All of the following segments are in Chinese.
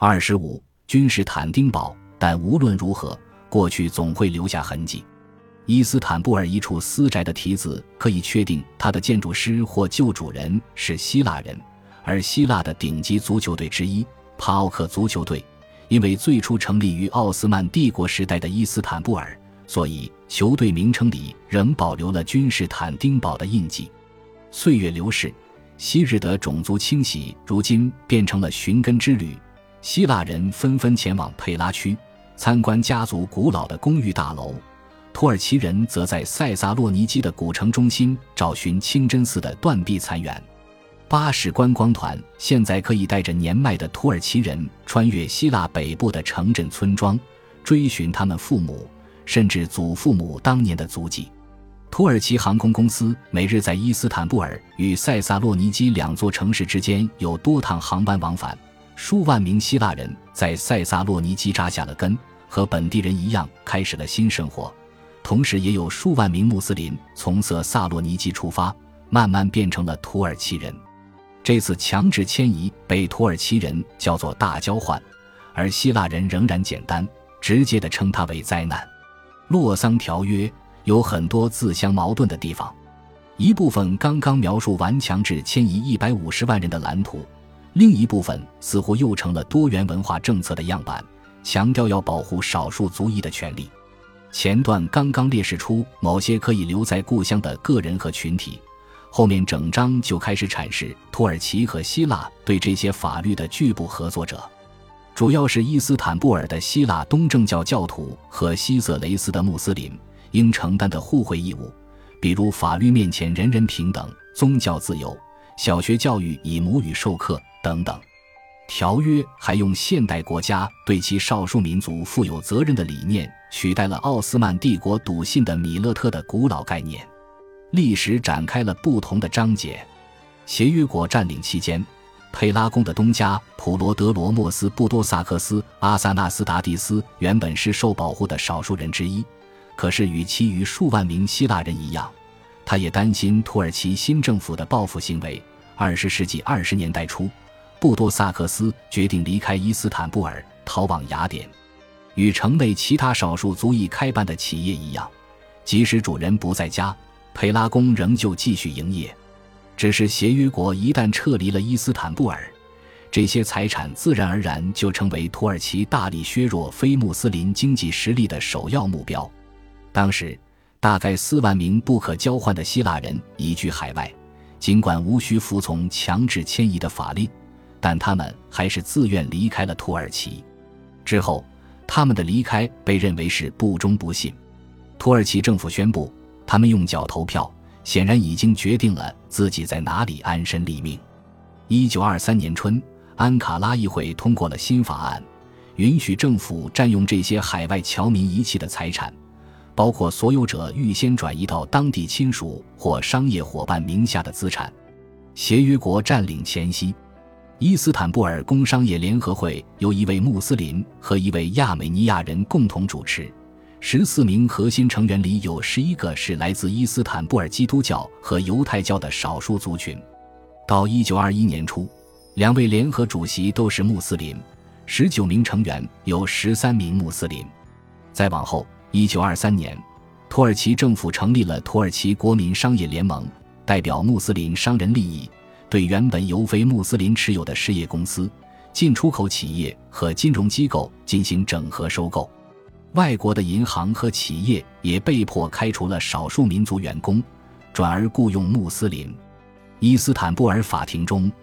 25君士坦丁堡，但无论如何，过去总会留下痕迹。伊斯坦布尔一处私宅的题字可以确定它的建筑师或旧主人是希腊人，而希腊的顶级足球队之一帕奥克足球队，因为最初成立于奥斯曼帝国时代的伊斯坦布尔，所以球队名称里仍保留了君士坦丁堡的印记。岁月流逝，昔日的种族清洗如今变成了寻根之旅，希腊人纷纷前往佩拉区参观家族古老的公寓大楼，土耳其人则在塞萨洛尼基的古城中心找寻清真寺的断壁残垣。巴士观光团现在可以带着年迈的土耳其人穿越希腊北部的城镇村庄，追寻他们父母甚至祖父母当年的足迹。土耳其航空公司每日在伊斯坦布尔与塞萨洛尼基两座城市之间有多趟航班往返，数万名希腊人在塞萨洛尼基扎下了根，和本地人一样开始了新生活，同时也有数万名穆斯林从塞萨洛尼基出发，慢慢变成了土耳其人。这次强制迁移被土耳其人叫做大交换，而希腊人仍然简单直接地称它为灾难。洛桑条约有很多自相矛盾的地方，一部分刚刚描述完强制迁移150万人的蓝图，另一部分似乎又成了多元文化政策的样板，强调要保护少数族裔的权利。前段刚刚列示出某些可以留在故乡的个人和群体，后面整章就开始阐释土耳其和希腊对这些法律的拒不合作者，主要是伊斯坦布尔的希腊东正教教徒和希色雷斯的穆斯林应承担的互惠义务，比如法律面前人人平等、宗教自由、小学教育以母语授课等等。条约还用现代国家对其少数民族负有责任的理念取代了奥斯曼帝国笃信的米勒特的古老概念。历史展开了不同的章节。协约国占领期间，佩拉宫的东家普罗德罗莫斯布多萨克斯阿萨纳斯达蒂斯原本是受保护的少数人之一，可是与其余数万名希腊人一样，他也担心土耳其新政府的报复行为。20世纪20年代初，布多萨克斯决定离开伊斯坦布尔，逃往雅典。与城内其他少数族裔开办的企业一样，即使主人不在家，佩拉宫仍旧继续营业。只是协约国一旦撤离了伊斯坦布尔，这些财产自然而然就成为土耳其大力削弱非穆斯林经济实力的首要目标。当时大概4万名不可交换的希腊人移居海外，尽管无需服从强制迁移的法令，但他们还是自愿离开了土耳其。之后他们的离开被认为是不忠不信，土耳其政府宣布他们用脚投票，显然已经决定了自己在哪里安身立命。1923年春，安卡拉议会通过了新法案，允许政府占用这些海外侨民遗弃的财产，包括所有者预先转移到当地亲属或商业伙伴名下的资产。协约国占领前夕，伊斯坦布尔工商业联合会由一位穆斯林和一位亚美尼亚人共同主持，14名核心成员里有11个是来自伊斯坦布尔基督教和犹太教的少数族群。到1921年初，2位联合主席都是穆斯林，19名成员有13名穆斯林。再往后，1923年，土耳其政府成立了土耳其国民商业联盟，代表穆斯林商人利益，对原本由非穆斯林持有的事业公司、进出口企业和金融机构进行整合收购。外国的银行和企业也被迫开除了少数民族员工，转而雇佣穆斯林。伊斯坦布尔法庭中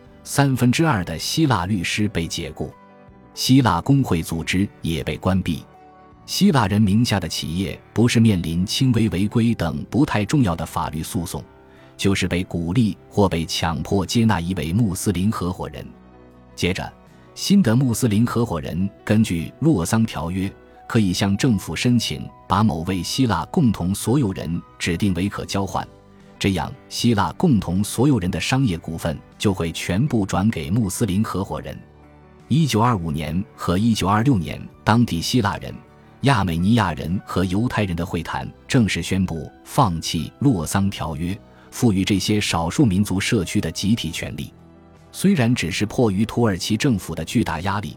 2/3的希腊律师被解雇，希腊工会组织也被关闭。希腊人名下的企业不是面临轻微违规等不太重要的法律诉讼，就是被鼓励或被强迫接纳一位穆斯林合伙人。接着，新的穆斯林合伙人根据洛桑条约可以向政府申请把某位希腊共同所有人指定为可交换，这样希腊共同所有人的商业股份就会全部转给穆斯林合伙人。1925年和1926年，当地希腊人、亚美尼亚人和犹太人的会谈正式宣布放弃洛桑条约赋予这些少数民族社区的集体权利。虽然只是迫于土耳其政府的巨大压力，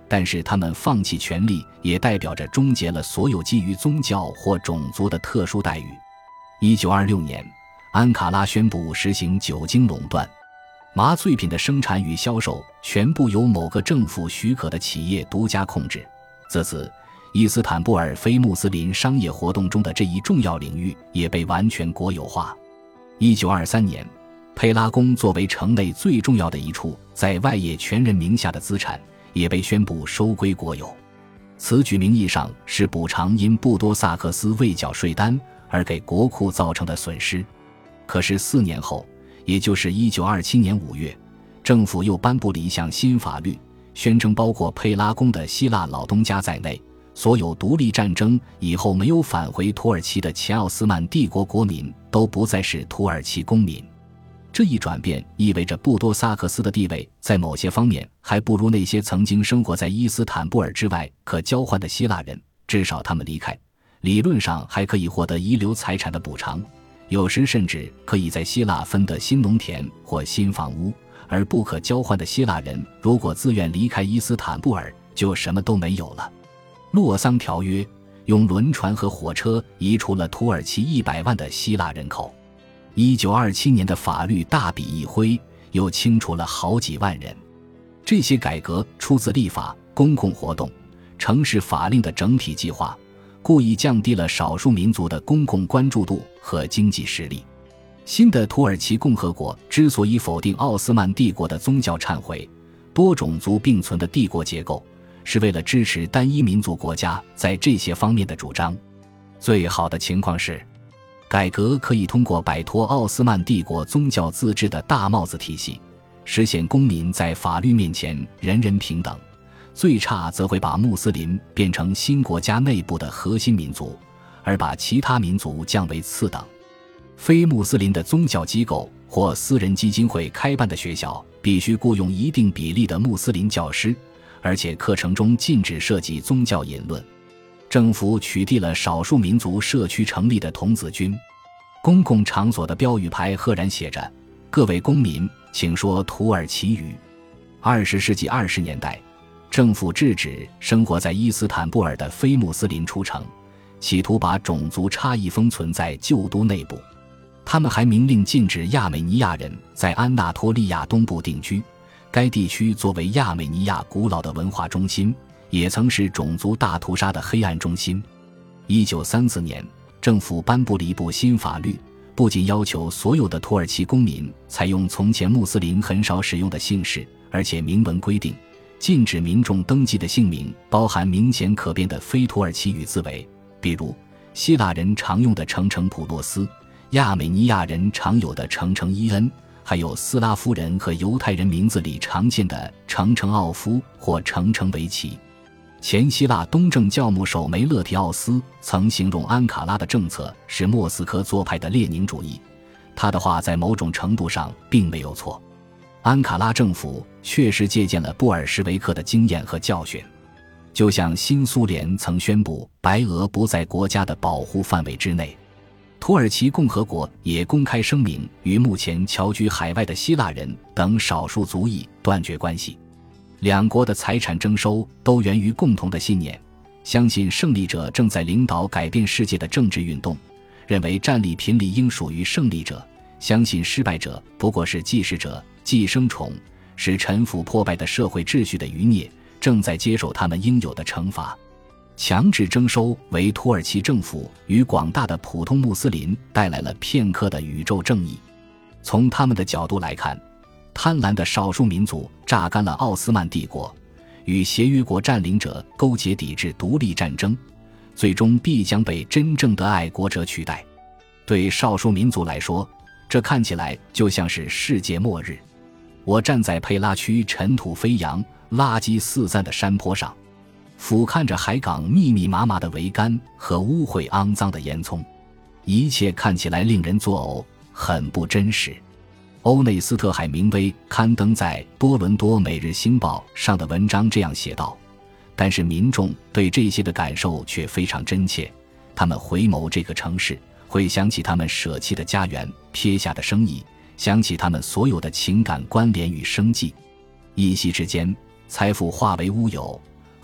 但是他们放弃权力也代表着终结了所有基于宗教或种族的特殊待遇。1926年，安卡拉宣布实行酒精垄断，麻醉品的生产与销售全部由某个政府许可的企业独家控制。自此，伊斯坦布尔非穆斯林商业活动中的这一重要领域也被完全国有化。1923年，佩拉宫作为城内最重要的一处在外野全人名下的资产，也被宣布收归国有。此举名义上是补偿因布多萨克斯未缴税单而给国库造成的损失。可是4年后，也就是1927年5月，政府又颁布了一项新法律，宣称包括佩拉宫的希腊老东家在内，所有独立战争以后没有返回土耳其的前奥斯曼帝国国民都不再是土耳其公民。这一转变意味着布多萨克斯的地位在某些方面还不如那些曾经生活在伊斯坦布尔之外可交换的希腊人，至少他们离开，理论上还可以获得遗留财产的补偿，有时甚至可以在希腊分得新农田或新房屋，而不可交换的希腊人如果自愿离开伊斯坦布尔，就什么都没有了。洛桑条约用轮船和火车移除了土耳其100万的希腊人口。1927年的法律大笔一挥，又清除了好几万人。这些改革出自立法、公共活动、城市法令的整体计划，故意降低了少数民族的公共关注度和经济实力。新的土耳其共和国之所以否定奥斯曼帝国的宗教忏悔、多种族并存的帝国结构，是为了支持单一民族国家在这些方面的主张。最好的情况是，改革可以通过摆脱奥斯曼帝国宗教自治的大帽子体系，实现公民在法律面前人人平等；最差则会把穆斯林变成新国家内部的核心民族，而把其他民族降为次等。非穆斯林的宗教机构或私人基金会开办的学校必须雇佣一定比例的穆斯林教师，而且课程中禁止涉及宗教引论。政府取缔了少数民族社区成立的童子军，公共场所的标语牌赫然写着“各位公民，请说土耳其语”。20世纪20年代，政府制止生活在伊斯坦布尔的非穆斯林出城，企图把种族差异封存在旧都内部。他们还明令禁止亚美尼亚人在安纳托利亚东部定居，该地区作为亚美尼亚古老的文化中心，也曾是种族大屠杀的黑暗中心。1934年，政府颁布了一部新法律，不仅要求所有的土耳其公民采用从前穆斯林很少使用的姓氏，而且明文规定，禁止民众登记的姓名包含明显可变的非土耳其语字尾，比如希腊人常用的程程普洛斯，亚美尼亚人常有的程程伊恩，还有斯拉夫人和犹太人名字里常见的程程奥夫或程程维奇。前希腊东正教牧首梅勒提奥斯曾形容安卡拉的政策是莫斯科做派的列宁主义，他的话在某种程度上并没有错。安卡拉政府确实借鉴了布尔什维克的经验和教训，就像新苏联曾宣布白俄不在国家的保护范围之内，土耳其共和国也公开声明与目前侨居海外的希腊人等少数族裔断绝关系。两国的财产征收都源于共同的信念，相信胜利者正在领导改变世界的政治运动，认为战利品理应属于胜利者，相信失败者不过是继世者、寄生虫，是陈腐破败的社会秩序的余孽，正在接受他们应有的惩罚。强制征收为土耳其政府与广大的普通穆斯林带来了片刻的宇宙正义。从他们的角度来看，贪婪的少数民族榨干了奥斯曼帝国，与协约国占领者勾结抵制独立战争，最终必将被真正的爱国者取代。对少数民族来说，这看起来就像是世界末日。我站在佩拉区尘土飞扬、垃圾四散的山坡上，俯瞰着海港密密麻麻的桅杆和污秽肮脏的烟囱，一切看起来令人作呕，很不真实。欧内斯特·海明威刊登在多伦多每日星报上的文章这样写道，但是民众对这些的感受却非常真切，他们回眸这个城市，会想起他们舍弃的家园、撇下的生意，想起他们所有的情感关联与生计。一夕之间，财富化为乌有，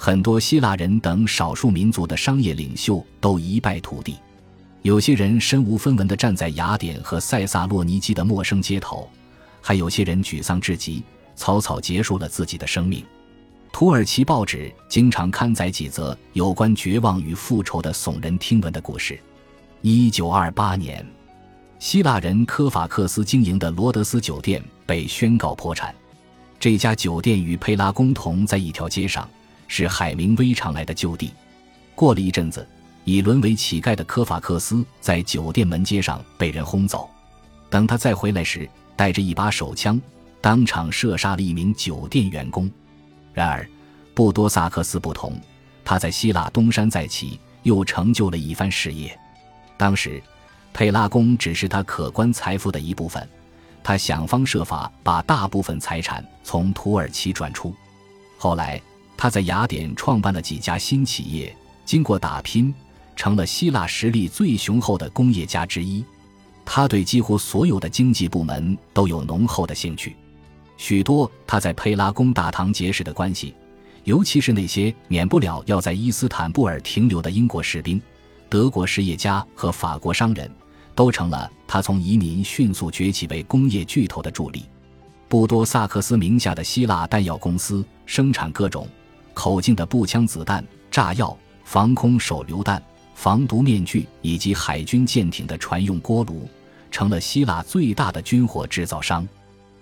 很多希腊人等少数民族的商业领袖都一败涂地。有些人身无分文地站在雅典和塞萨洛尼基的陌生街头，还有些人沮丧至极，草草结束了自己的生命。土耳其报纸经常刊载几则有关绝望与复仇的耸人听闻的故事。1928年，希腊人科法克斯经营的罗德斯酒店被宣告破产。这家酒店与佩拉宫同在一条街上，是海明威常来的旧地。过了一阵子，已沦为乞丐的科法克斯在酒店门街上被人轰走。等他再回来时，带着一把手枪，当场射杀了一名酒店员工。然而布多萨克斯不同，他在希腊东山再起，又成就了一番事业。当时佩拉宫只是他可观财富的一部分，他想方设法把大部分财产从土耳其转出。后来他在雅典创办了几家新企业，经过打拼成了希腊实力最雄厚的工业家之一。他对几乎所有的经济部门都有浓厚的兴趣，许多他在佩拉宫大堂结识的关系，尤其是那些免不了要在伊斯坦布尔停留的英国士兵、德国实业家和法国商人，都成了他从移民迅速崛起为工业巨头的助力。布多萨克斯名下的希腊弹药公司生产各种口径的步枪子弹、炸药、防空手榴弹、防毒面具以及海军舰艇的船用锅炉，成了希腊最大的军火制造商。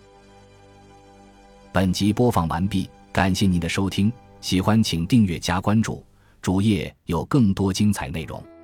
本集播放完毕，感谢您的收听，喜欢请订阅加关注，主页有更多精彩内容。